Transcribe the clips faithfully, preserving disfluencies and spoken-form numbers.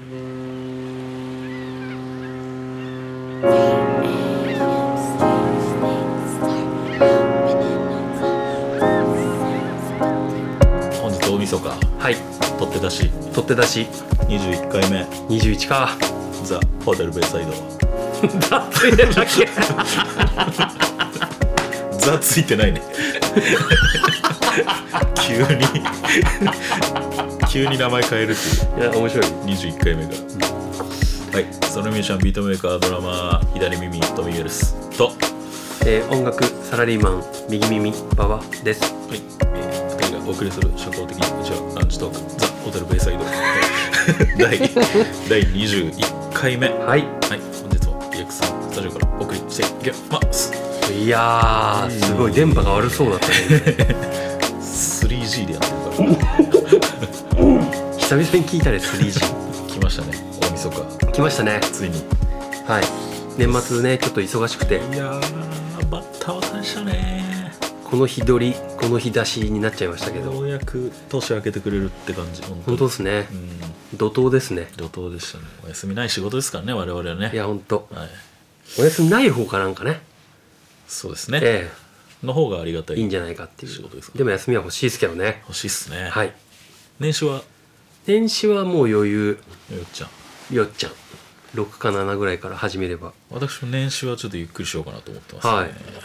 本日大晦日、 はい、 取って出し取って出しにじゅういっかいめ、 にじゅういちか。 ザ・ホテルベイサイド。 だついてんだっけザついてないね。急に急に名前変えるっていう。 いや面白い。 にじゅういっかいめが、うん、はい。ソロミュージシャン、ビートメーカー、ドラマー、左耳トミゲルスと、 えー、音楽サラリーマン右耳馬場です。 はい。えー、ふたりがお送りする社交的うちはランチトーク、ザ・ホテルベイサイド第, 第にじゅういっかいめ。はい、はい、本日も イーエックス スタジオからお送りしていきます。 いやー、すごい電波が悪そうだったね。 スリージー でやってるから久々に聞いたね スリージー来ましたね、大晦日来ましたね、 ついに。 はい、年末ねちょっと忙しくて、 いやーバッタバタでしたね。 この日取りこの日出しになっちゃいましたけど、 ようやく年明けてくれるって感じ。 本当ですね、うん、怒涛ですね。 怒涛でしたね。お休みない仕事ですからね、我々はね。 いや本当、 はい、 お休みない方かなんかね。 そうですね、 ええ、 の方がありがたい、 いいんじゃないかっていう仕事ですか。 でも休みは欲しいですけどね。 欲しいっすね。 はい。 年始は年始はもう余裕。 よっちゃんよっちゃんろくかななぐらいから始めれば。 私も年始はちょっとゆっくりしようかなと思ってますね。 はい、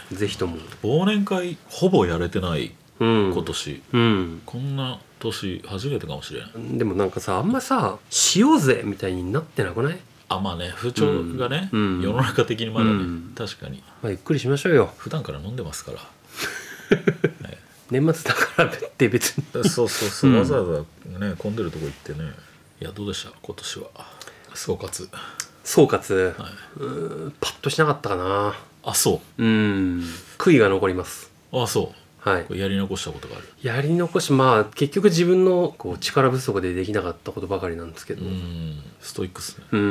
ぜひとも。 忘年会ほぼやれてない、うん、今年、うん、こんな年初めてかもしれない。 でもなんかさ、あんまさしようぜみたいになってなくない？ あ、まあね、風潮がね、うん、世の中的にまだね、うん、確かに、 まあ、ゆっくりしましょうよ。 普段から飲んでますから、 はい、年末だからって別にそうそうそう、うん、わざわざね混んでるとこ行ってね。いや、どうでした今年は総括。 総括、はい、うーん、パッとしなかったかな。 あ、そう。 うん、悔いが残ります。 あ、そう。 はい、 これやり残したことがある。 やり残し、まあ結局自分のこう力不足でできなかったことばかりなんですけど。 うん、ストイックっすね。 うん、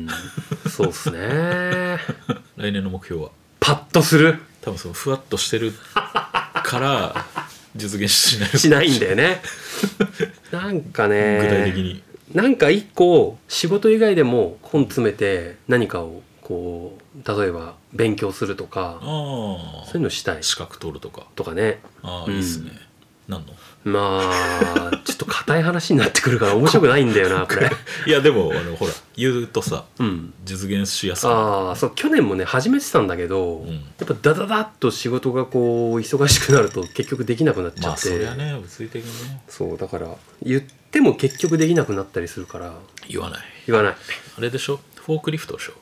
そうっすね。 来年の目標はパッとする。 多分そのふわっとしてるから実現しないしないんだよね。なんかね、 具体的になんか一個仕事以外でも本詰めて何かをこう例えば勉強するとか、あ、そういうのしたい。 資格取るとかとかね。 ああ、いいっすね。何の？ まあちょっと硬い話になってくるから面白くないんだよなこれ。 いやでもあのほら言うとさ、うん、実現しやすくなる。 ああ、そう、去年もね始めてたんだけど、うん、やっぱダダダッと仕事がこう忙しくなると結局できなくなっちゃって。まあそりゃね、物理的にね。 そうだから言っても結局できなくなったりするから言わない言わない。 あれでしょ、フォークリフトでしょ。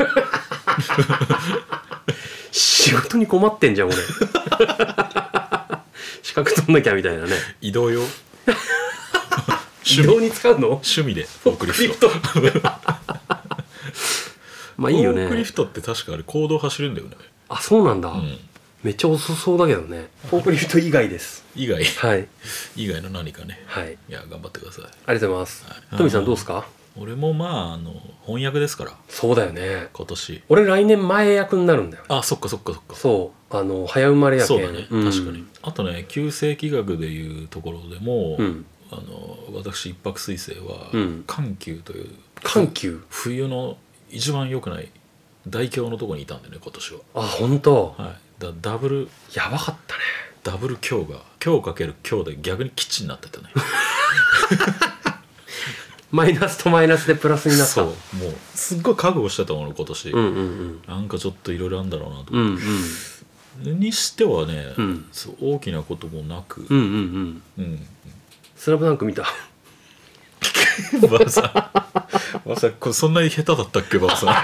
仕事に困ってんじゃん俺。資格取んなきゃみたいなね。 移動用移動に使うの？ 趣味でフォークリフト。 まあいいよね。 フォークリフトって確かあれ公道走れるんだよね。 あ、そうなんだ、うん、めっちゃ遅そうだけどね。フォークリフト以外です。 以外、 はい、 以外の何かね。 はい、 いや頑張ってください。 ありがとうございます、はい、トミさんどうですか？ 俺もまああの翻訳ですから。そうだよね、 今年。 俺来年前役になるんだよね。 あ、そっかそっかそっか。 そうあの早生まれやけん。 そうだね、うん、確かに。あとね、旧世紀学でいうところでも、うん、あの私一泊水星は、うん、寒球という寒球冬の一番良くない大凶のとこにいたんでね今年は。 あ、本当。 はい、だダブルやばかったね。 ダブル強が強かける強で逆に基地になってたね。 マイナスとマイナスでプラスになった。そう、 もうすっごい覚悟してたもの今年、うんうんうん、なんかちょっといろいろあるんだろうなと思って、うんうん、にしてはね、うん、そう大きなこともなく、うんうんうんうん、 スラムダンク見た？ バーさん、バーさんこれそんなに下手だったっけバーさん。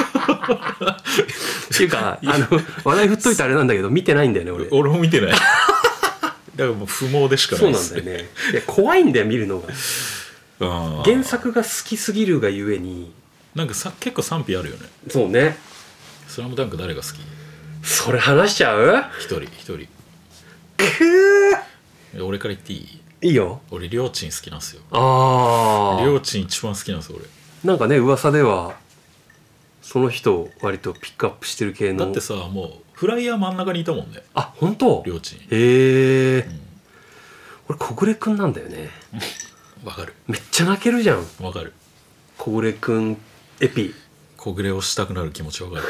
っていうかあの話題振っといてあれなんだけど見てないんだよね俺。 俺も見てない。だからもう不毛でしかないですね。 そうなんだよね。いや怖いんだよ見るのが。原作が好きすぎるがゆえになんかさ結構賛否あるよね。 そうね。 スラムダンク誰が好き？ それ話しちゃう？ 一人一人。 くー俺から言っていい？ いいよ。 俺りょーちん好きなんですよ。 ああ、 りょーちん一番好きなんですよ俺。 なんかね噂ではその人を割とピックアップしてる系の。 だってさもうフライヤー真ん中にいたもんね。 あ、本当？ りょーちん。 へえ、うん、俺小暮くんなんだよね。 わかる。 めっちゃ泣けるじゃん。 わかる。 小暮くんエピ。 小暮をしたくなる気持ちわかる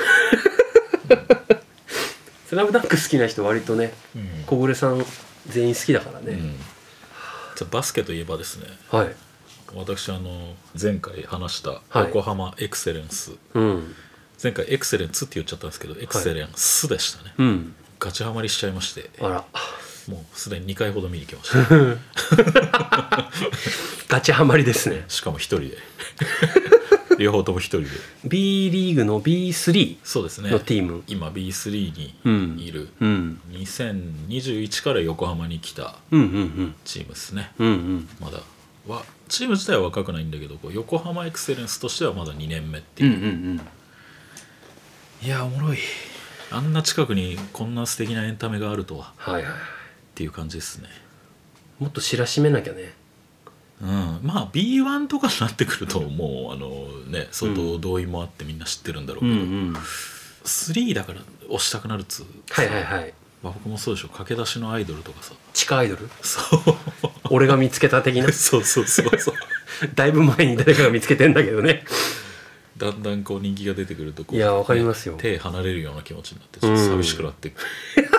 スラムダンク好きな人割とね、 うん、 小暮さん全員好きだからね、うん、 じゃバスケといえばですね、 はい、 私あの前回話した横浜エクセレンス、はいうん、前回エクセレンツって言っちゃったんですけどエクセレンスでしたね、はいうん、ガチハマりしちゃいまして、あらもうすでににかいほど見に来ましたガチハマりですね。 しかも一人で両方とも一人で B リーグの ビースリーそうですねのチーム、 今 ビースリー にいる、うん、にせんにじゅういちから横浜に来たチームですね、うんうん、まだはチーム自体は若くないんだけどこう横浜エクセレンスとしてはまだにねんめっていう、うんうんうん、いやおもろい。あんな近くにこんな素敵なエンタメがあるとは、はいはい、っていう感じですね。 もっと知らしめなきゃね。 うん、まあ ビーワン とかになってくるともうあのね相当同意もあってみんな知ってるんだろうけど、うんうん、スリーだから押したくなるっつう、 はいはいはい、 まあ、僕もそうでしょ。駆け出しのアイドルとかさ、 地下アイドル、 そう俺が見つけた的なそうそうそうそうだいぶ前に誰かが見つけてんだけどねだんだんこう人気が出てくるとこう、 いやわかりますよ、 ね、手離れるような気持ちになってちょっと寂しくなってくるっていう、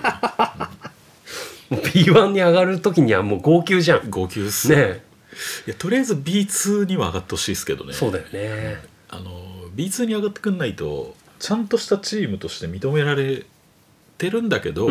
うん、もう ビーワン に上がる時にはもう号泣じゃん。 号泣っすね。いやとりあえず ビーツー には上がってほしいですけどね。 そうだよね。 あの ビーツー に上がってくんないとちゃんとしたチームとして認められてるんだけど、うん、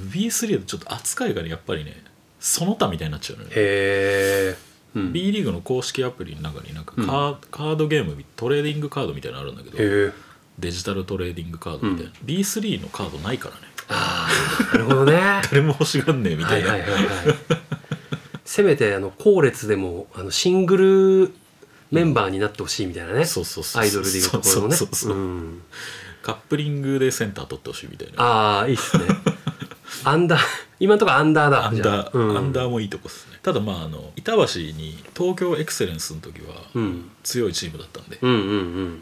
ビースリー だとちょっと扱いがねやっぱりねその他みたいになっちゃうのよね。へー、うん、B リーグの公式アプリの中になんかカー、うん、カードゲームトレーディングカードみたいなのあるんだけど、デジタルトレーディングカードみたいな、うん、ビースリー のカードないからね。 ああなるほどね誰も欲しがんねえみたいな、はいはいはいはいせめてあの後列でもあのシングルメンバーになってほしいみたいなね、うん、そうそうそうアイドルでいうところのね、そうそうそうそう、うん、カップリングでセンター取ってほしいみたいな。ああいいっすねアンダー今のところアンダーだ。 アンダー、うん、アンダーもいいとこっすね。ただまああの板橋に東京エクセレンスの時は強いチームだったんで、うんうんうん、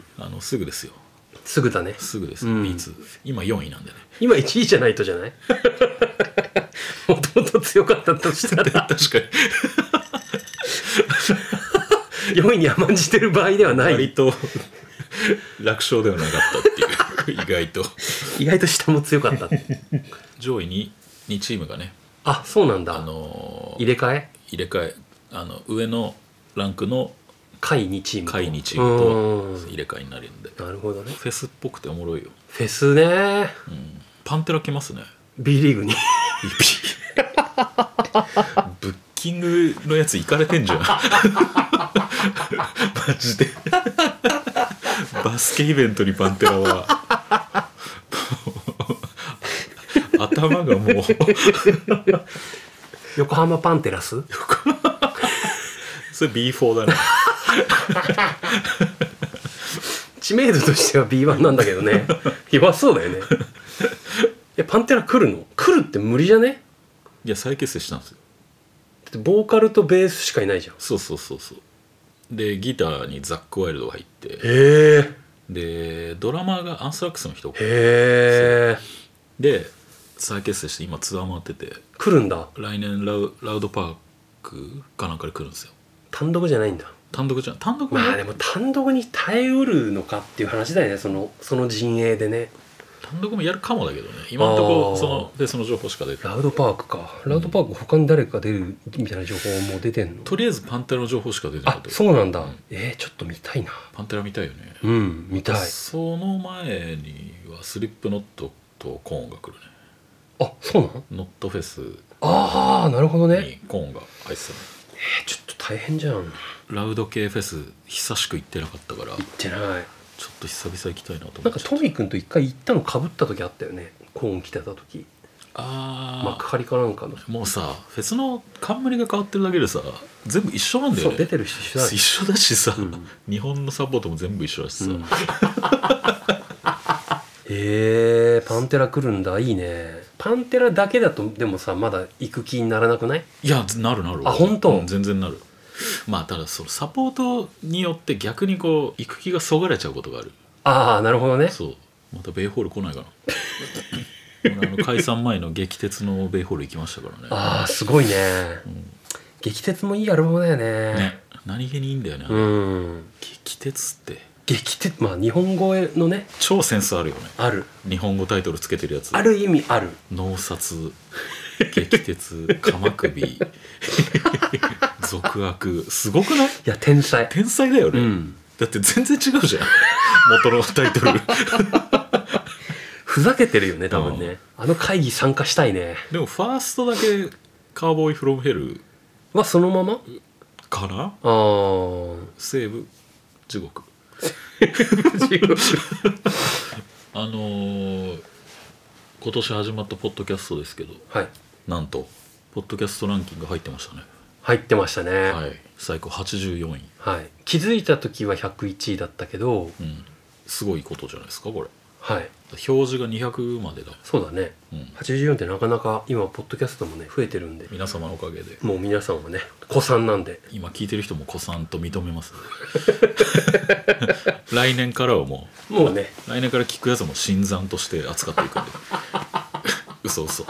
あのすぐですよ。 すぐだね。 すぐです、うん、ビーツー 今よんいなんでね。 今いちいじゃないとじゃないもともと強かったとしたら確かによんいに甘んじてる場合ではない。 割と楽勝ではなかったっていう意外と意外と下も強かった上位ににチームがね、 あそうなんだ、 あのー、 入れ替え入れ替えあの上のランクの下位にチーム下位にチームと入れ替えになるんで。なるほどね。 フェスっぽくておもろいよ。 フェスね、 うん、パンテラ来ますね B リーグにブッキングのやつ行かれてんじゃんマジでバスケイベントにパンテラは頭がもう横浜パンテラスそれ ビーフォー だね知名度としては ビーワン なんだけどね弱そうだよね。えパンテラ来るの？来るって無理じゃね？ いや再結成したんですよ。 だってボーカルとベースしかいないじゃん。 そうそうそうそう。でギターにザック・ワイルドが入って、へえ。 でドラマーがアンスラックスの人。 へえ。 で再結成して今ツアー回ってて。 来るんだ。 来年ラウ、ラウドパークかなんかで来るんですよ。 単独じゃないんだ。 単独じゃん。単独まあでも単独に耐えうるのかっていう話だよね。そのその陣営でね。 単独もやるかもだけどね。今のところそのでその情報しか出てない。 ラウドパークか。ラウドパーク他に誰か出るみたいな情報も出てんの？ とりあえずパンテラの情報しか出てない。 あ、そうなんだ。うん、えー、ちょっと見たいな。 パンテラ見たいよね。 うん、見たい。 その前にはスリップノットとコーンが来るね。 あ、そうなの？ ノットフェス。 ああ、なるほどね。 にコーンが入ってたね。 えー、ちょっと大変じゃん。 ラウド系フェス久しく行ってなかったから。 行ってない。 ちょっと久々行きたいなと思って。 なんかトミー君と一回行ったの被った時あったよね。コーン来てた時。 ああ。 幕張かなんかの。 もうさフェスの冠が変わってるだけでさ全部一緒なんだよね。 そう出てる人一緒だ。 一緒だしさ、うん、日本のサポートも全部一緒だしさ。うん、 へえパンテラ来るんだいいね。パンテラだけだとでもさまだ行く気にならなくない？ いやなるなる。 あ本当、 うん、全然なる。まあただそのサポートによって逆にこう行く気がそがれちゃうことがある。 ああなるほどね。 そうまたベイホール来ないかな俺あの解散前の激鉄のベイホール行きましたからね。 ああすごいね、うん、激鉄もいいアルバムだよね。 ね何気にいいんだよね。 うん激鉄って激鉄、まあ日本語のね超センスあるよね。 ある。 日本語タイトルつけてるやつある意味ある。 脳殺、激鉄、鎌首俗悪、すごくない？いや天才天才だよね、うん、だって全然違うじゃん元のタイトルふざけてるよね多分ね、うん、あの会議参加したいね。 でもファーストだけカーボーイフロムヘルはそのままかな。 あー西部地獄あのー、今年始まったポッドキャストですけど、 はい、 なんとポッドキャストランキング入ってましたね。 入ってましたね。 はい、最高はちじゅうよんい、 はい、気づいた時はひゃくいちいだったけど、 うん、すごいことじゃないですかこれ。 はい、 表示がにひゃくまでだ。 そうだね、うん、はちじゅうよんってなかなか今ポッドキャストもね増えてるんで、 皆様のおかげでもう皆さんはね古参なんで、 今聞いてる人も古参と認めます来年からはもうもうね来年から聞くやつも新参として扱っていくんで嘘嘘い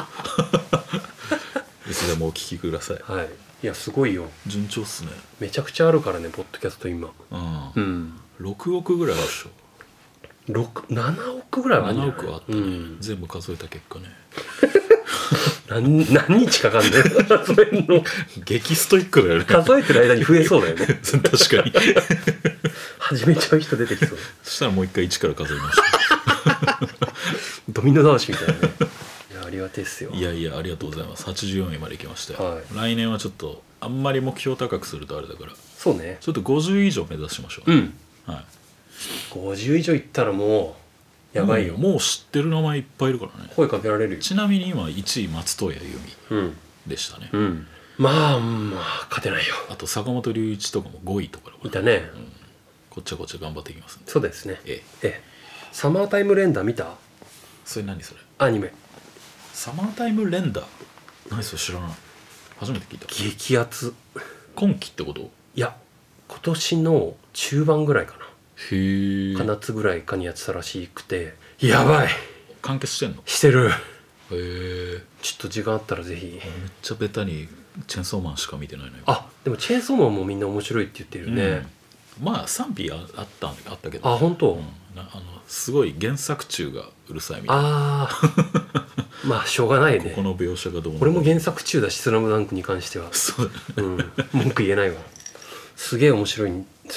つでもお聞きください。 はい、いやすごいよ。 順調っすね。 めちゃくちゃあるからねポッドキャスト今。うん、うん、 ろくおくぐらいあるでしょ。 ろく、ななおくぐらいはあるんじゃない？ ななおくあったね、うん、全部数えた結果ね何, 何日かかんね数えるの激ストイックだよね。 数えてる間に増えそうだよね確かに始めちゃう人出てきそう。 そしたらもう一回いちから数えましたドミノ倒しみたいなね。いやありがてえっすよ。 いやいやありがとうございます。はちじゅうよんいまで来ましたよ、はい、来年はちょっとあんまり目標高くするとあれだからそうねちょっとごじゅう以上目指しましょう。うん、はい、 ごじゅう以上いったらもうやばいよ。 もう知ってる名前いっぱいいるからね。 声かけられるよ。 ちなみに今いちい松任谷由実でしたね、 うんうん、まあまあ勝てないよ。 あと坂本龍一とかもごいとかいたね、 うん、こっちはこっちは頑張っていきますんで。 そうですね。 えええサマータイムレンダー見た？ それ何それ？ アニメサマータイムレンダー何それ知らない。初めて聞いた。 激アツ。 今期ってこと？ いや今年の中盤ぐらいかな。 へえ。 か夏ぐらいかにやってたらしくてやばい。 完結してんの？ してる。へえ。 ちょっと時間あったらぜひ。 めっちゃベタにチェーンソーマンしか見てないのよ。 あでもチェーンソーマンもみんな面白いって言ってるよね、 うん、まあ賛否 あ, あ, ったあったけど、 あ本当、 うん、なあのすごい原作中がうるさいみたいな。 あまあしょうがないね。 ここの描写がどうなの。 俺も原作中だしスラムダンクに関してはそうだ、ねうん、 文句言えないわ。すげえ面白いんです。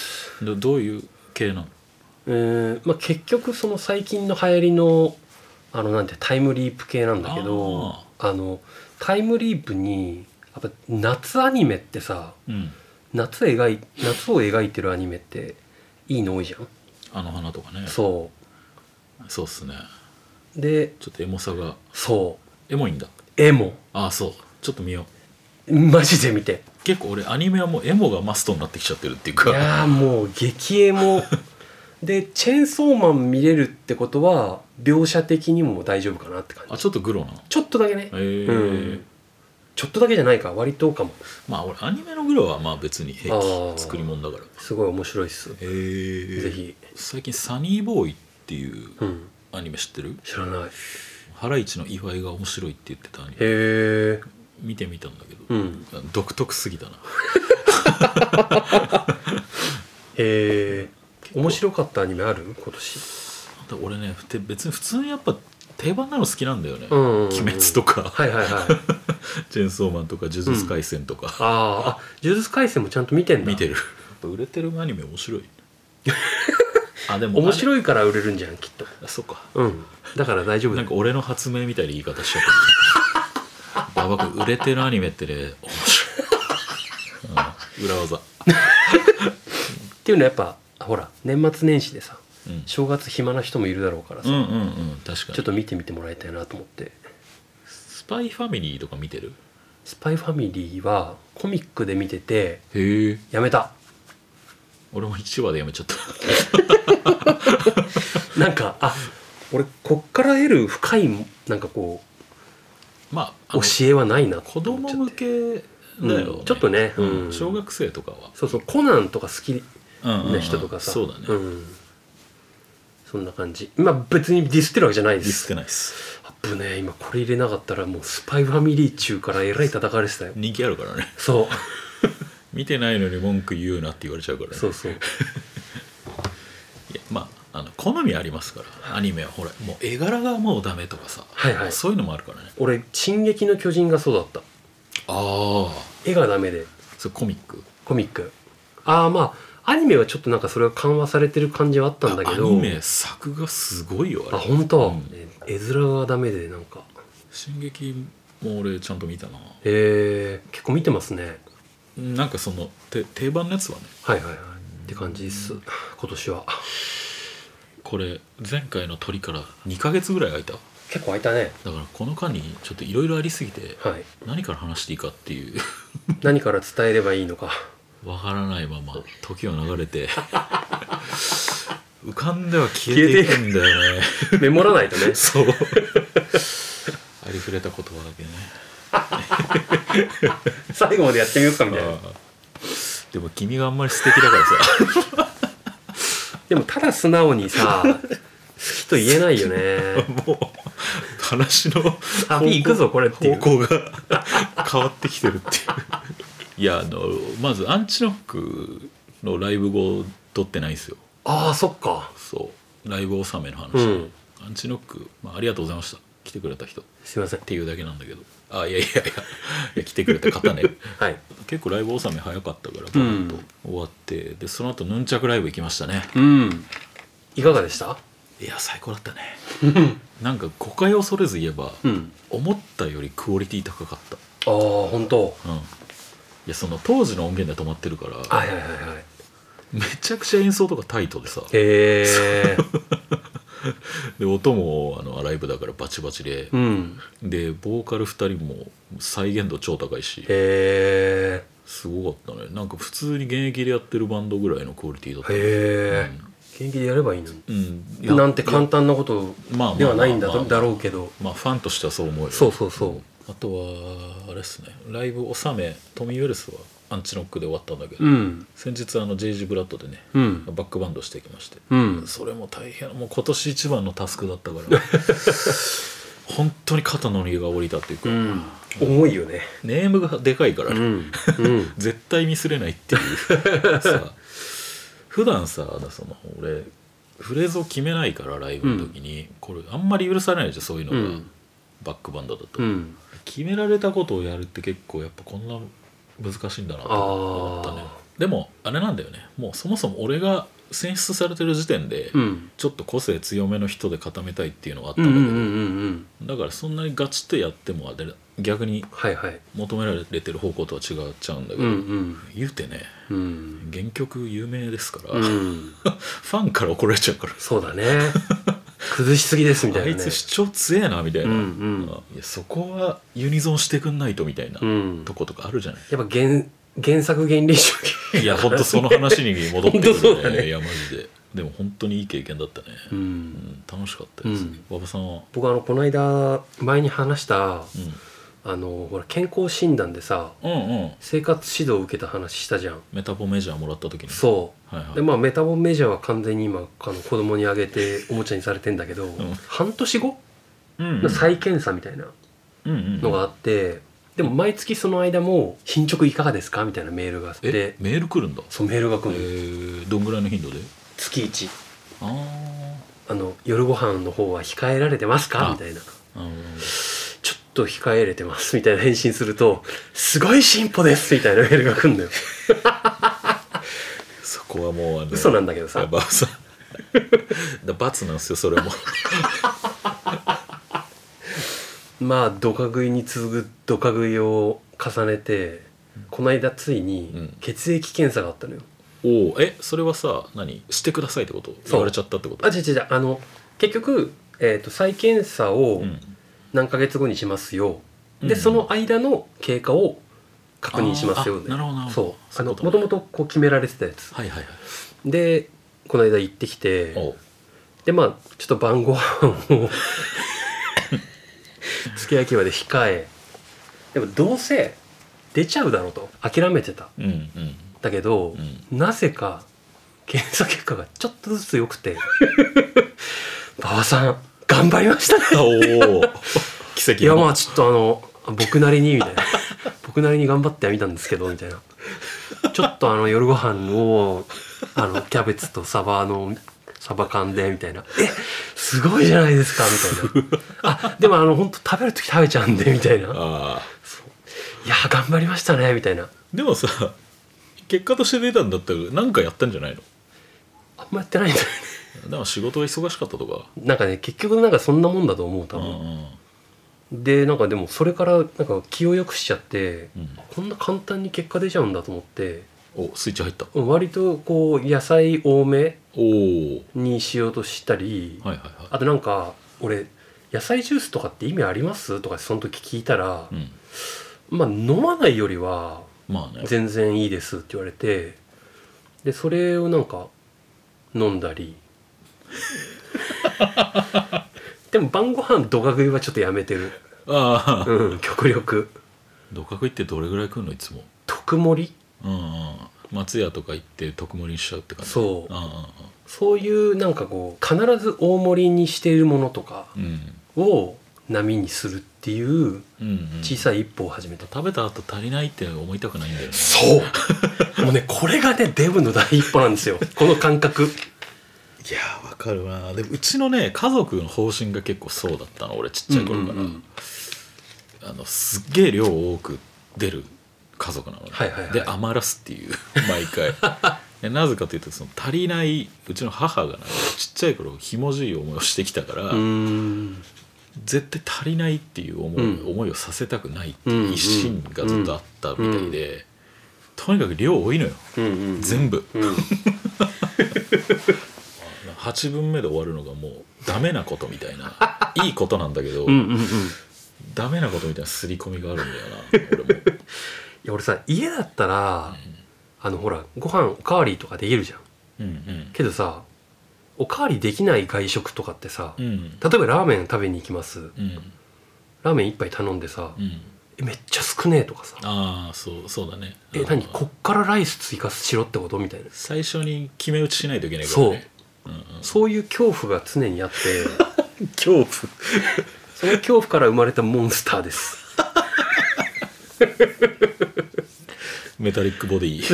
どどういう系なの？ えーまあ、結局その最近の流行りのあのなんてタイムリープ系なんだけど、あのタイムリープにやっぱ夏アニメってさ、うん、夏描い夏を描いてるアニメっていいの多いじゃん。 あの花とかね。 そうそうっすね。 でちょっとエモさが。 そうエモいんだ。 エモ。 ああそうちょっと見よう。マジで見て。 結構俺アニメはもうエモがマストになってきちゃってるっていうか。 いやもう激エモでチェーンソーマン見れるってことは描写的にも大丈夫かなって感じ。 あちょっとグロなの？ ちょっとだけね。へえ、うん、ちょっとだけじゃないか割とかも。 まあ俺アニメのグロはまあ別に平気作り物だからすごい面白いっす。へえ。 ぜひ。 最近サニーボーイっていうアニメ知ってる？ 知らない。 ハライチの岩井が面白いって言ってたアニメ。へえ。 見てみたんだけど、 うん、 独特すぎたなへえ。面白かったアニメある今年？ 俺ね別に普通にやっぱ定番なの好きなんだよね、 うんうんうん、 鬼滅とか、 はいはいはい、 チェーンソーマンとか呪術廻戦とか、うん、 ああ呪術廻戦もちゃんと見てんだ。 見てる。やっぱ売れてるアニメ面白いあでも面白いから売れるんじゃんきっと。 あそうか、 うん、だから大丈夫だ。 なんか俺の発明みたいな言い方しちゃったあ僕売れてるアニメってね面白い、うん、裏技っていうのはやっぱほら年末年始でさ、うん、正月暇な人もいるだろうからさ、 うんうんうん、確かにちょっと見てみてもらいたいなと思って。 スパイファミリーとか見てる？ スパイファミリーはコミックで見ててへえやめた。 俺もいちわでやめちゃったなんかあ俺こっから得る深いなんかこう、まあ、教えはないな子供向けだよね、 うん、ちょっとね、 うん、小学生とかはそうそうコナンとか好きな人とかさ、 うんうんうん、そうだね、うん、 そんな感じ。まあ別にディスってるわけじゃないです。 ディスってないですあぶね今これ入れなかったらもうスパイファミリー中からえらい叩かれてたよ。 人気あるからね。 そう見てないのに文句言うなって言われちゃうからね。 そうそういやまああの好みありますからアニメは。ほらもう絵柄がもうダメとかさ、 はいはい、 そういうのもあるからね。 俺進撃の巨人がそうだった。 ああ絵がダメで。 それコミックコミックああまあアニメはちょっとなんかそれは緩和されてる感じはあったんだけど、 アニメ作がすごいよあれ。 あ本当、うん、絵面がダメでなんか。 進撃も俺ちゃんと見たな。 へえ結構見てますね。 なんかそのて定番のやつはね。 はいはいはいって感じです。今年はこれ前回の鳥からにかげつぐらい空いた。 結構空いたね。 だからこの間にちょっといろいろありすぎて、 はい、 何から話していいかっていう何から伝えればいいのかわからないまま時は流れて浮かんでは消えていくんだよねメモらないとねそうありふれた言葉だけね最後までやってみようかみたいな。 でも君があんまり素敵だからさでもただ素直にさ好きと言えないよねもう話の旅行くぞこれっていう方向が変わってきてるっていういやあのまずアンチノックのライブ後撮ってないんですよ。 ああそっか。 そうライブ納めの話、うん、アンチノック、まあ、ありがとうございました来てくれた人すいませんっていうだけなんだけど、あいやいやいやいや来てくれた方ね、 はい、 結構ライブ納め早かったからバーッと終わって、うん、でその後ヌンチャクライブ行きましたね。 うんいかがでした？ いや最高だったねなんか誤解を恐れず言えば、うん、思ったよりクオリティ高かった。 ああ本当。 うんいやその当時の音源で止まってるから、 はいはいはいはい、 めちゃくちゃ演奏とかタイトでさへえで音もあのライブだからバチバチで、うん、でボーカルふたりも再現度超高いし、 へえすごかったね。なんか普通に現役でやってるバンドぐらいのクオリティだった。 へえ、うん、現役でやればいいのに、うん、なんて簡単なことではないんだろうけど、 まあファンとしてはそう思うよ。 そうそうそう、うん、 あとはあれですねライブ納めトミー・ウェルスはアンチノックで終わったんだけど、うん、先日あの ジェイジー ブラッドでね、うん、バックバンドしてきまして、うん、それも大変もう今年一番のタスクだったから本当に肩の荷が下りたっていうか、うん、 重いよね。 ネームがでかいからね、うんうん、絶対ミスれないっていうさ普段さその俺フレーズを決めないからライブの時に、うん、これあんまり許されないじゃんそういうのが、うん、バックバンドだと、うん、決められたことをやるって結構やっぱこんな難しいんだなと思ったね。でもあれなんだよねもうそもそも俺が選出されてる時点で、うん、ちょっと個性強めの人で固めたいっていうのがあったんだけど、うんうんうんうん、だからそんなにガチッとやっても逆に求められてる方向とは違っちゃうんだけど、はいはい、言うてね、うん、原曲有名ですから、うん、ファンから怒られちゃうから。 そうだね崩しすぎですみたいなね。 あいつ主張強えなみたいな、うんうん、いやそこはユニゾンしてくんないとみたいな、うん、とことかあるじゃない。 やっぱ原原作原理主義いや本当その話に戻ってくる ね, ねいやマジででも本当にいい経験だったね、うんうん、楽しかったです。馬、うん、場さんは？ 僕あのこの間前に話した、うん、あのほら健康診断でさ、うんうん、生活指導を受けた話したじゃん。 メタボメジャーもらった時に。 そう、はいはい、でまあメタボメジャーは完全に今あの子供にあげておもちゃにされてんだけど、うん、半年後の再検査みたいなのがあって、うんうんうん、でも毎月その間も進捗いかがですかみたいなメールがあって。 えメール来るんだ。 そうメールが来るんだ、えー、どんぐらいの頻度で？月いち。ああの夜ご飯の方は控えられてますかみたいな。あちょっと控えれてますみたいな返信するとすごい進歩ですみたいなメールが来るんだよそこはもうあの嘘なんだけどさ。 罰なんですよそれもまあドカ食いに次ぐドカ食いを重ねて、この間ついに血液検査があったのよ、 うん、おえそれはさ何してくださいってこと？言われちゃったってこと？ あ違う違うあの結局、えーと、再検査を何ヶ月後にしますよ、うん、でその間の経過を確認しますよね。 なるほどなるほど。 そうあのもともとこう決められてたやつ、 はいはいはい、 でこの間行ってきて、でまあちょっと晩ご飯を付け焼き場で控え、でもどうせ出ちゃうだろうと諦めてた、うんうん、だけど、うん、なぜか検査結果がちょっとずつ良くて馬場さん頑張りましたねお奇跡。 いやまあちょっとあの僕なりにみたいな僕僕なりに頑張ってはみたんですけどみたいなちょっとあの夜ご飯をあのキャベツとサバのサバ缶でみたいなえすごいじゃないですかみたいなあでもあの本当食べる時食べちゃうんでみたいなあそういや頑張りましたねみたいな。 でもさ結果として出たんだったら何かやったんじゃないの？ あんまやってないんだよねだから仕事が忙しかったとかなんかね結局なんかそんなもんだと思う多分、うんうん、でなんかでもそれからなんか気を良くしちゃって、うん、こんな簡単に結果出ちゃうんだと思っておスイッチ入った割とこう野菜多めにしようとしたり、はいはいはい、あとなんか俺野菜ジュースとかって意味ありますとかその時聞いたら、うん、まあ飲まないよりは全然いいですって言われてでそれをなんか飲んだりでも晩ご飯ドカ食いはちょっとやめてるああ、うん、極力ドカ食いってどれぐらい食うのいつも特盛りうんうん松屋とか行って特盛りにしちゃうって感じそう、うんうんうん、そういうなんかこう必ず大盛りにしているものとかを波にするっていう小さい一歩を始めた、 うんうん、食べた後足りないって思いたくないんだよねそうもうねこれがねデブの第一歩なんですよこの感覚。 いやーわかるな。でもうちのね家族の方針が結構そうだったの俺ちっちゃい頃から、うんうんうん、あのすっげえ量多く出る家族なのね、はいはいはい、で余らすっていう毎回でなぜかというとその足りないうちの母が、ね、ちっちゃい頃ひもじい思いをしてきたからうーん絶対足りないっていう思い、うん、思いをさせたくないっていう一心がずっとあったみたいで、うんうん、とにかく量多いのよ、うんうん、全部、うん、はちぶんめで終わるのがもうダメなことみたいないいことなんだけどうんうん、うん、ダメなことみたいな刷り込みがあるんだよな俺もいや俺さ家だったら、うん、あのほらご飯おかわりとかできるじゃん、うんうん、けどさおかわりできない外食とかってさ、うん、例えばラーメン食べに行きます、うん、ラーメン一杯頼んでさ、うん、えめっちゃ少ねえとかさああそうそうだねえ何こっからライス追加しろってことみたいな最初に決め打ちしないといけないからねそう、うんうん、そういう恐怖が常にあって恐怖その恐怖から生まれたモンスターですメタリックボディ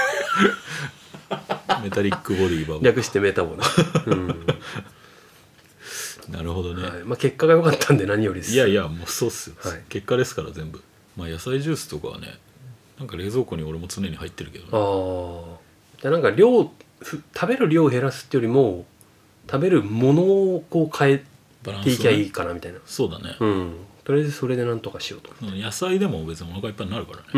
メタリックボディバブ略してメタボだ、うん、 なるほどね、 はいまあ、結果が良かったんで何よりです。 いやいやもうそうっすよ、はい、結果ですから全部、まあ、野菜ジュースとかはねなんか冷蔵庫に俺も常に入ってるけど、ね、 ああなんか量食べる量を減らすっていうよりも食べるものをこう変えていきゃいいかなみたいな、ね、 そうだね、 うん、とりあえずそれでなんとかしようと、 うん、野菜でも別にお腹いっぱいになるからね、うん、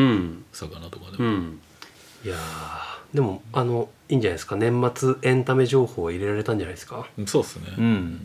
魚とかでも、うん、 いやでもあのいいんじゃないですか年末エンタメ情報を入れられたんじゃないですか。 そうですね、うん、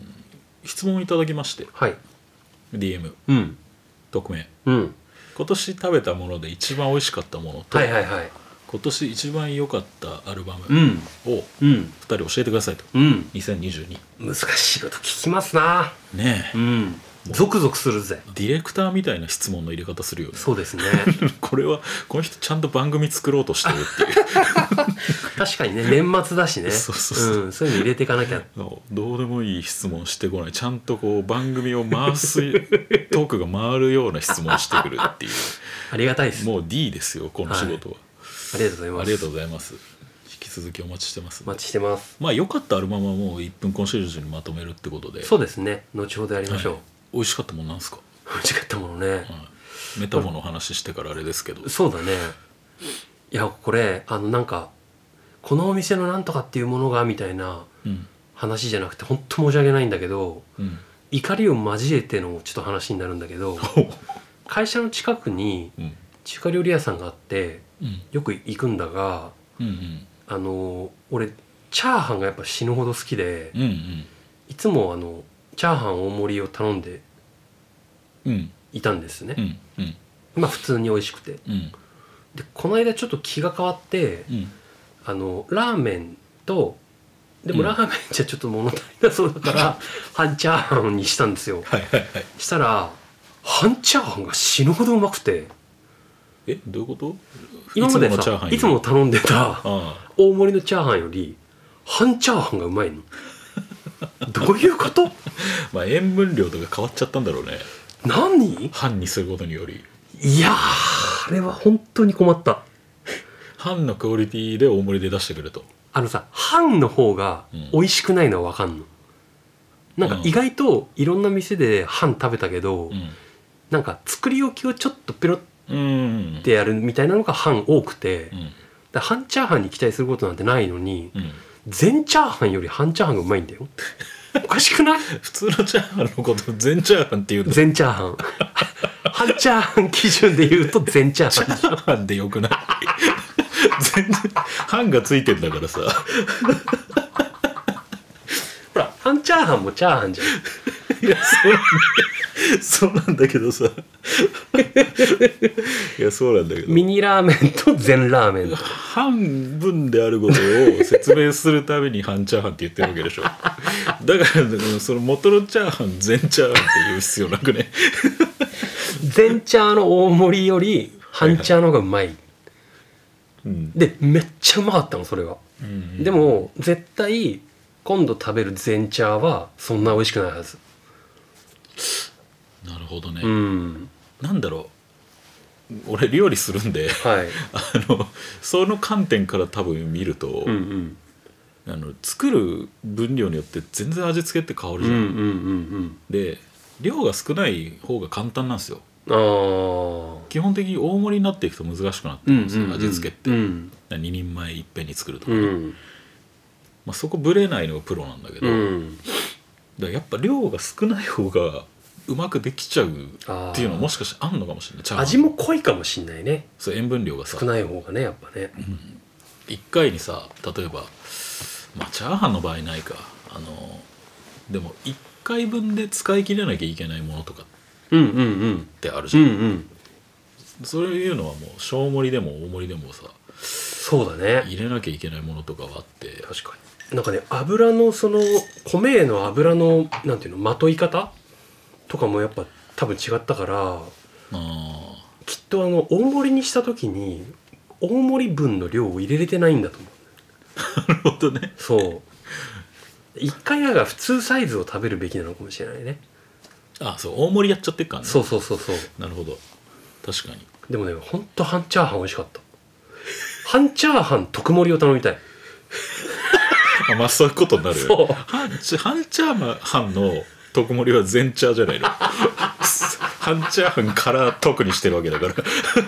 質問いただきまして、はい、ディーエム、うん、匿名、うん、今年食べたもので一番美味しかったものと、はいはいはい、今年一番良かったアルバムをふたり教えてくださいと、うん、にせんにじゅうに難しいこと聞きますなねえ、うんゾクゾクするぜ。 ディレクターみたいな質問の入れ方するよね。 そうですねこれはこの人ちゃんと番組作ろうとしてるっていう確かにね年末だしねそうそうそう、うん、そういうの入れていかなきゃどうでもいい質問してこないちゃんとこう番組を回すトークが回るような質問してくるっていうありがたいです。 もう D ですよこの仕事は、はい、 ありがとうございます。 ありがとうございます。引き続きお待ちしてます。 お待ちしてます。 まあ良かったアルバムはもういっぷんコンシェルジュにまとめるってことで。 そうですね後ほどやりましょう、はい、 美味しかったものなんですか。 美味しかったものね、はい、 メタボの話してからあれですけど。 そうだね。いやこれあのなんかこのお店のなんとかっていうものがみたいな話じゃなくて本当申し訳ないんだけど、うん、怒りを交えてのちょっと話になるんだけど会社の近くに中華料理屋さんがあって、うん、よく行くんだが、うんうん、あの俺チャーハンがやっぱ死ぬほど好きで、うんうん、いつもあのチャーハン大盛りを頼んでいたんですね、うんうん、まあ普通に美味しくて、うん、でこの間ちょっと気が変わって、うん、あのラーメンとでもラーメンじゃちょっと物足りなそうだから、うん、半チャーハンにしたんですよはいはい、はい、したら半チャーハンが死ぬほどうまくて。 えどういうこと？ 今までさいつも頼んでた大盛りのチャーハンより半チャーハンがうまいのどういうこと？ まあ塩分量とか変わっちゃったんだろうね。 何？ 半にすることにより。 いやーあれは本当に困った。 半のクオリティで大盛りで出してくれと。 あのさ、半の方が美味しくないのは分かんの、うん、なんか意外といろんな店で半食べたけど、うん、なんか作り置きをちょっとペロッてやるみたいなのが半多くて、うん、だ半チャーハンに期待することなんてないのに、うん、全チャーハンより半チャーハンがうまいんだよ。おかしくない？ 普通のチャーハンのこと全チャーハンって言うの？ 全チャーハン半チャーハン基準で言うと全チャーハン。 チャーハンでよくない？全然半がついてんだからさ。 ほら半チャーハンもチャーハンじゃん。 いやそうなんだそうなんだけどさ。いやそうなんだけど。 ミニラーメンと全ラーメンと半分であることを説明するために半チャーハンって言ってるわけでしょ。だからその元のチャーハン全チャーハンって言う必要なくね。 全チャーの大盛りより半チャーの方がうまい、はいはい、うん、でめっちゃうまかったのそれが、うんうん、でも絶対今度食べる全チャーはそんな美味しくないはず。 なるほどね、 うん、 なんだろう、俺料理するんで、 はい、 あのその観点から多分見ると、うんうん、あの作る分量によって全然味付けって変わるじゃん、うんうんうんうん、で量が少ない方が簡単なんですよ。 あ基本的に大盛りになっていくと難しくなってくるんですよ、うんうんうん、味付けって、うん、ににんまえいっぺんに作るとかね、うん、まあ、そこブレないのがプロなんだけど、うん、だからやっぱ量が少ない方がうまくできちゃうっていうのはもしかしてあんのかもしれない。 味も濃いかもしれないね。 そう塩分量がさ少ない方がねやっぱね、 うん、いっかいにさ例えばまあチャーハンの場合ないか、あのでもいっかいぶんで使い切れなきゃいけないものとかうんうんうんってあるじゃん、うんうん、 そういうのはもう小盛りでも大盛りでもさそうだね入れなきゃいけないものとかはあって、 確かになんかね油のその米への油のなんていうのまとい方とかもやっぱ多分違ったから、 あきっとあの大盛りにした時に大盛り分の量を入れれてないんだと思う。なるほどね。 そう一回が普通サイズを食べるべきなのかもしれないね。 あ、そう大盛りやっちゃってっからね。 そうそうそうそう。 なるほど、確かに。 でもねほんと半チャーハン美味しかった。半チャーハン特盛りを頼みたい。 あ、まあそういうことになる。 そう半チャーハンの特盛りは全チャーじゃないの。半チャーハンから特にしてるわけだから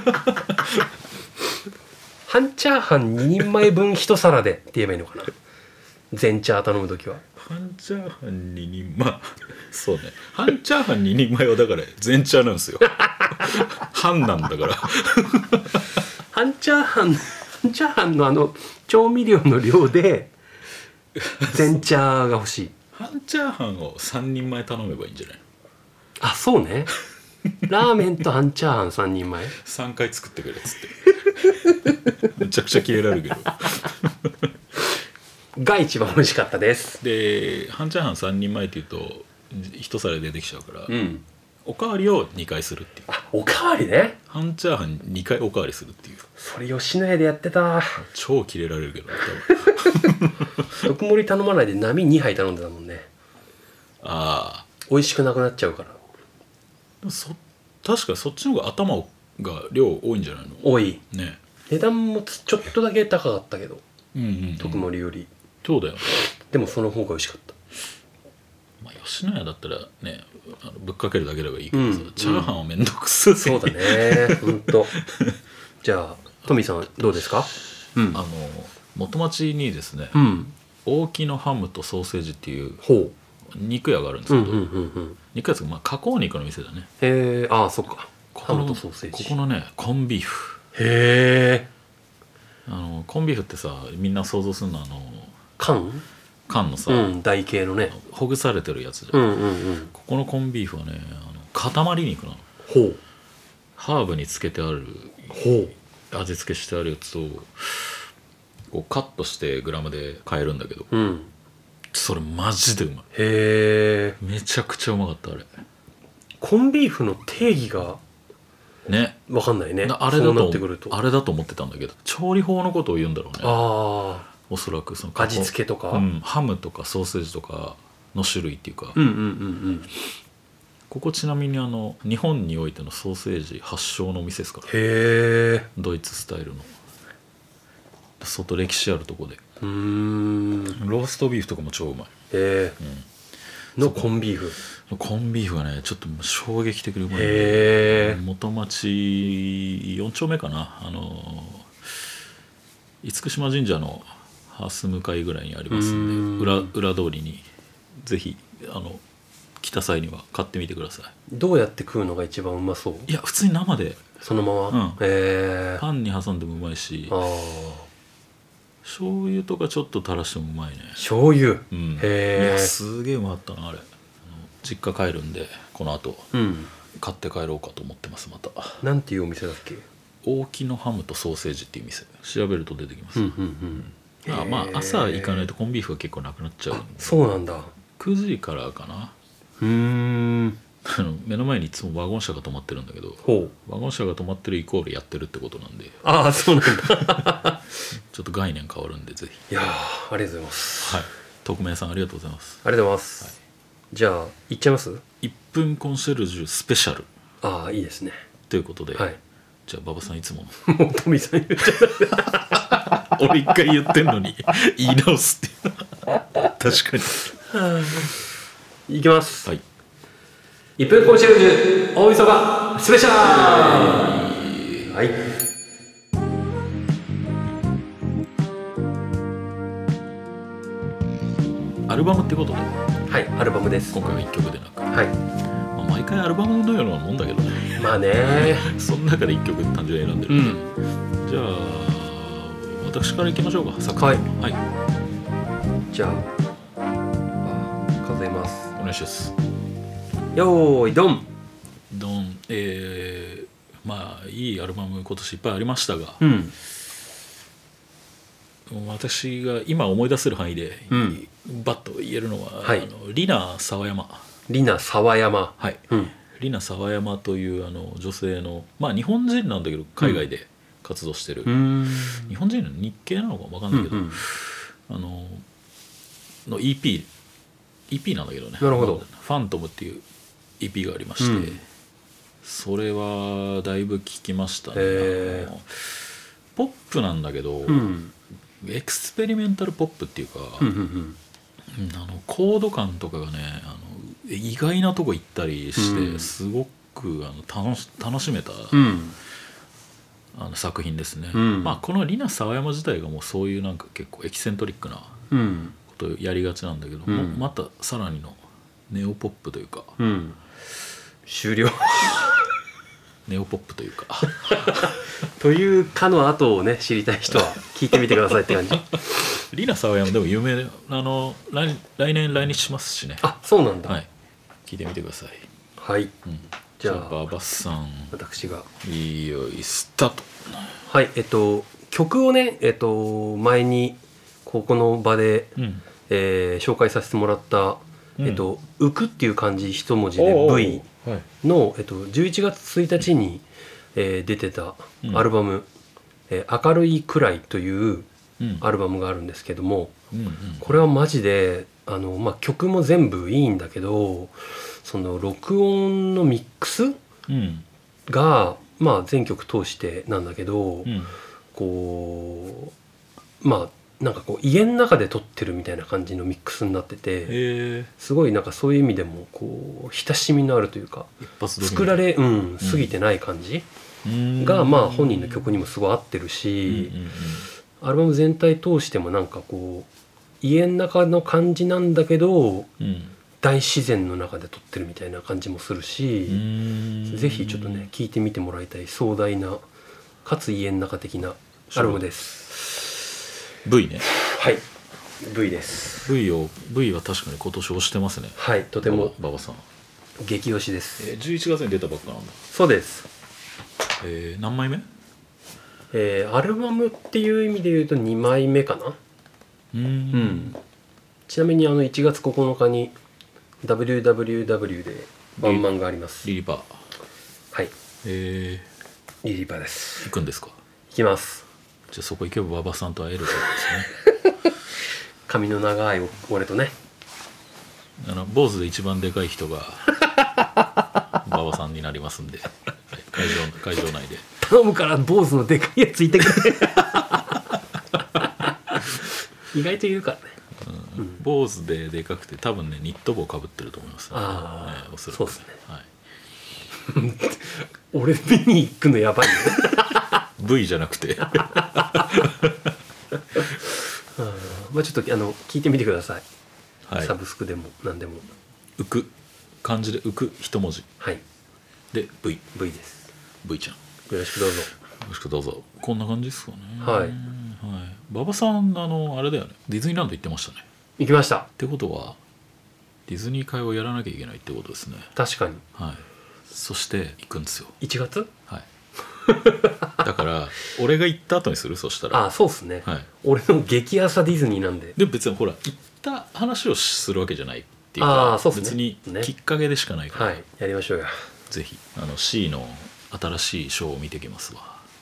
半チャーハンににんまえぶん一皿でって言えばいいのかな。全チャー頼むときは半チャーハンににんまえそうね半チャーハンににんまえはだから全チャーなんですよ。半なんだから半チャーハン半チャーハンのあの調味料の量で全チャーが欲しい。 半チャーハンをさんにんまえ頼めばいいんじゃないの。 あ、そうね。ラーメンと半チャーハンさんにんまえさんかい作ってくれっつってめちゃくちゃキレられるけどが一番美味しかったです。 で半チャーハンさんにんまえっていうと一皿で出てきちゃうから、 うん、 おかわりをにかいするっていう。 あ、おかわりね。 半チャーハンにかいおかわりするっていう。 それ吉野家でやってた。 超キレられるけど特盛り頼まないで波にはい頼んでたもんね。 ああ美味しくなくなっちゃうから。 そ確かそっちの方が頭が量多いんじゃないの。 多いね。 値段もちょっとだけ高かったけど、 うんうんうん、 特盛りより。 そうだよね。 でもその方が美味しかった。 まあ吉野家だったらねあのぶっかけるだけではいいけどさ、うん、チャーハンはめんどくさい、うん、 そうだねほんと。じゃあトミーさんどうですか。 うん、あの元町にですね、 うん、 大木のハムとソーセージっていうほう肉屋があるんですけど、 うんうんうんうん、 肉屋ですか、まあ、加工肉の店だね。 へえ、ああそっか。 ハムとソーセージ。ここのねコンビーフ。 へえ。 あのコンビーフってさみんな想像するのはあの缶缶のさ、 うん、台形のねほぐされてるやつじゃん、 うんうんうん、 ここのコンビーフはねあの塊肉なの。 ほう。 ハーブにつけてあるほう味付けしてあるやつをこうカットしてグラムで買えるんだけど、 うん、 それマジでうまい。 へえ。 めちゃくちゃうまかったあれ。 コンビーフの定義がね分かんないね。 あれだとなってくるとあれだと思ってたんだけど調理法のことを言うんだろうね。 ああおそらくその味付けとか、 うん、ハムとかソーセージとかの種類っていうか、 うんうんうんうん、 ここちなみにあの日本においてのソーセージ発祥のお店ですから。 へえ。 ドイツスタイルの相当歴史あるとこで。 うーん。 ローストビーフとかも超うまい。 へえ、うん、のコンビーフコンビーフがねちょっと衝撃的にうまい、ね、 へえ。 元町よん丁目かな、あの厳島神社の蓮向かいぐらいにありますんで、裏裏通りにぜひあの来た際には買ってみてください。 どうやって食うのが一番うまそう？ いや普通に生でそのまま、 うん、 へえ。 パンに挟んでもうまいし、あ醤油とかちょっと垂らしてもうまいね。 醤油、 うん、 へえ。 いやすげえうまかったなあれ。あの実家帰るんでこの後、うん、買って帰ろうかと思ってます。またなんていうお店だっけ？ 大木のハムとソーセージっていう店、調べると出てきます。うんうんうん、あまあ朝行かないとコンビーフが結構なくなっちゃう。 そうなんだ。 くじからかな。 うーんあの目の前にいつもワゴン車が止まってるんだけど、 ほう、 ワゴン車が止まってるイコールやってるってことなんで。 ああそうなんだちょっと概念変わるんでぜひ。 いやありがとうございます。 はい、匿名さんありがとうございます。 ありがとうございます、はい、じゃあ行っちゃいます。 いっぷんコンシェルジュスペシャル。 ああいいですね。 ということで、はい、じゃあ馬場さんいつものもうトミさん言っちゃった俺一回言ってんのに言い直すっていう確かにいきます。 はい、 いっぷんコンシェルジュ大晦日スペシャル、はい、 アルバムってことで、 はい、アルバムです。 今回はいっきょくでなく、 はい、 まあ、毎回アルバムのようなもんだけどね。 まあねその中でいっきょく単純に選んでる、うん、じゃあ私からいきましょうか。サクッと、はい、はい、 じゃあ数えます。 お願いします。 よーいドンドン。えー、まあいいアルバム今年いっぱいありましたが、 うん、 私が今思い出せる範囲で、うん、バッと言えるのは、はい、あのリナ沢山。 リナ沢山、 はい、うん、リナ沢山というあの女性の、まあ日本人なんだけど海外で活動してる、うん、日本人の日系なのか分かんないけど、うんうん、あのの イーピー イーピー なんだけどね。 なるほど。 ファントムっていう イーピー がありまして、うん、それはだいぶ聴きましたね。ポップなんだけど、うん、エクスペリメンタルポップっていうか、うんうんうん、あのコード感とかがね、あの意外なとこ行ったりして、うん、すごくあの楽し、楽しめた、うん、あの作品ですね、うん、まあこのリナ沢山自体がもうそういうなんか結構エキセントリックなことをやりがちなんだけど、うん、またさらにのネオポップというか、うん、 終了ネオポップというかというかの後をね知りたい人は聞いてみてくださいって感じ。 リナ沢山でも有名で、あの 来, 来年来日しますしね。 あ、そうなんだ。 はい、聞いてみてください。 はい、うん、 じゃあ馬場さん、 私がいいよいスタート。 はい、えっと曲をね、えっと前にここの場で、うんえー、紹介させてもらった、うん、えっと浮くっていう漢字一文字で V の、はいえっと、じゅういちがつついたちに、えー、出てたアルバム、うんえー、明るいくらいというアルバムがあるんですけども、うんうんうん、これはマジであの、まあ、曲も全部いいんだけど、その録音のミックスが、うんまあ、全曲通してなんだけど、うん、こうまあなんかこう家の中で撮ってるみたいな感じのミックスになってて、すごいなんかそういう意味でもこう親しみのあるというか作られ、うん、過ぎてない感じが、まあ本人の曲にもすごい合ってるし、うんうんうんアルバム全体通してもなんかこう家の中の感じなんだけど、うん、大自然の中で撮ってるみたいな感じもするし、ぜひちょっとね聴いてみてもらいたい壮大なかつ家の中的なアルバムです。 V ね。 はい V です。 V を V は確かに今年推してますね。 はい、とても馬場さん激推しです。 えー、じゅういちがつに出たばっかなんだ。 そうです。 えー、何枚目？ えー、アルバムっていう意味で言うとにまいめかな。うーん、うん、 ちなみにあのいちがつここのかに ダブリューダブリューダブリュー でワンマンがあります。 リリパー。 はい、 えー、リリパーです。 行くんですか？ 行きます。 じゃあそこ行けば馬場さんと会えるそうですね髪の長い俺とね、 あの坊主で一番でかい人が馬場さんになりますんで、会場会場内で頼むから坊主のでかいやついてくれ意外といるからね、 うんうん、坊主ででかくて多分ねニット帽かぶってると思います、ね、 ああ、 ね、おそらくそうですね、 はい、 俺見に行くのやばいね V じゃなくてまあちょっとあの聞いてみてください、 はい、 サブスクでも何でも浮く漢字で浮く一文字、 はい、 で V V です。 V ちゃんよろしくどうぞ。よろしくどうぞ。こんな感じですかね。 はい、はい、 馬場さんあのあれだよね、ディズニーランド行ってましたね。 行きました。 ってことはディズニー会をやらなきゃいけないってことですね。 確かに、 はい、そして行くんですよいちがつ。 はいだから俺が行った後にする。そしたらああそうですね、 はい、 俺の激朝ディズニーなんで。 でも別にほら行った話をするわけじゃないっていうか、 ああそうですね、 別にきっかけでしかないから、 ね、はいやりましょうよ。 ぜひあの C の新しいショーを見てきますわ。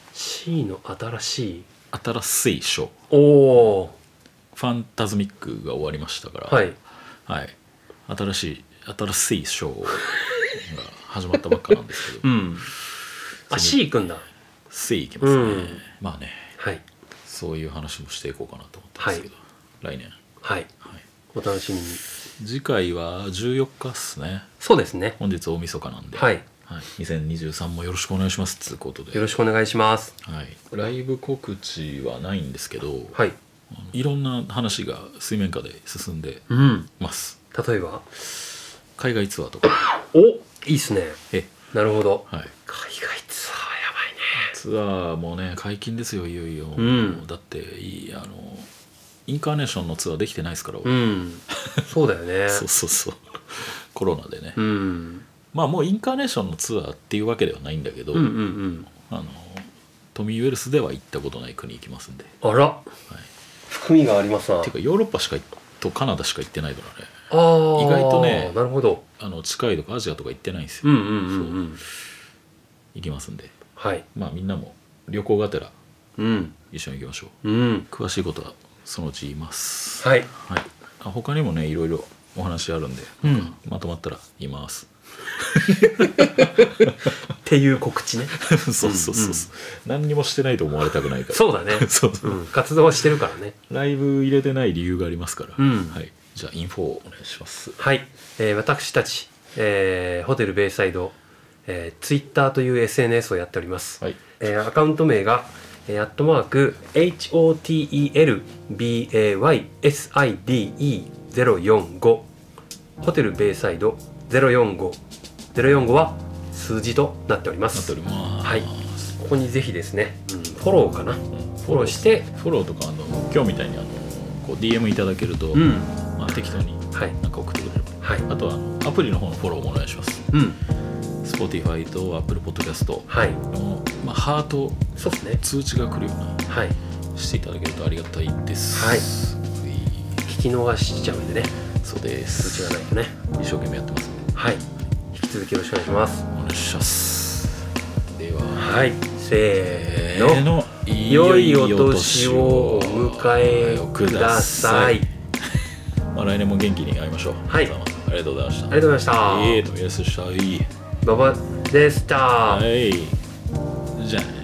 C の新しい新しいショー、 おおファンタズミックが終わりましたから、 はい、 はい、新しい新しいショーが始まったばっかなんですけど、 うん、あ C 行くんだ。 C 行きますね、うん、まあね、 はい、 そういう話もしていこうかなと思ってますけど、はい、来年、 はい、はい、お楽しみに。 次回はじゅうよっかっすね。 そうですね、 本日大晦日なんで、 はい、 はい、にせんにじゅうさんもよろしくお願いしますということで。 よろしくお願いします。 はい、ライブ告知はないんですけど、 はい、 いろんな話が水面下で進んでます、 うん、例えば海外ツアーとか。 おいいっすね。 えなるほど、 はい、 海外ツアーやばいね。 ツアーもね解禁ですよいよいよ、 うん、 だっていいあのインカーネーションのツアーできてないですから、 うん、そうだよねそうそうそうコロナでね、 うん、 まあもうインカーネーションのツアーっていうわけではないんだけど、 うんうんうん、 あのトミー・ウェルスでは行ったことない国行きますんで。 あら、はい、含みがありますな。 ていうかヨーロッパしかとカナダしか行ってないからね。 あ意外とね、 なるほど、 あの近いとかアジアとか行ってないんですよ、 うんうんうんうん、 行きますんで、 はい、 まあみんなも旅行がてら、 うん、 一緒に行きましょう、 うん、 詳しいことはそのうち言います。 はい、 はい、あ他にもねいろいろお話あるんで、うん、まとまったら言いますっていう告知ねそうそうそうそう、うんうん、何にもしてないと思われたくないから。 そうだねそうそう、 うん、活動はしてるからね。 ライブ入れてない理由がありますから、 うん、 はい、じゃあインフォをお願いします。 はい、えー、私たち、えー、ホテルベイサイド、えー、ツイッターという エスエヌエス をやっております、はい、えー、アカウント名がアットマーク エイチオーティーイーエルビーエーワイエスアイディーイーゼロよんご、ホテルベイサイドゼロよんご、ゼロよんごは数字となっております。 なっております。 はい、ここにぜひですね、うん、フォローかな、うん、フォローしてフォローとかあの今日みたいにあのこう ディーエム いただけると、うん、まあ、適当になんか送ってくれれば、はい、あとはあのアプリの方のフォローもお願いします、うん、Spotify と Apple Podcast の、はい、まあ、ハート、そうですね、通知が来るような、はい、していただけるとありがたいです、はい、 聞き逃しちゃうんでね。 そうです、 通知がないとね、 一生懸命やってますんで、 はい、引き続きよろしくお願いします。 お願いします。では、 はい、せーの、良いお年をお迎えください。 まあ来年も元気に会いましょう。 はい、 ありがとうございました。 ありがとうございました。 ええと、よろしくお願いします。 馬場でした。 はい、じゃあね。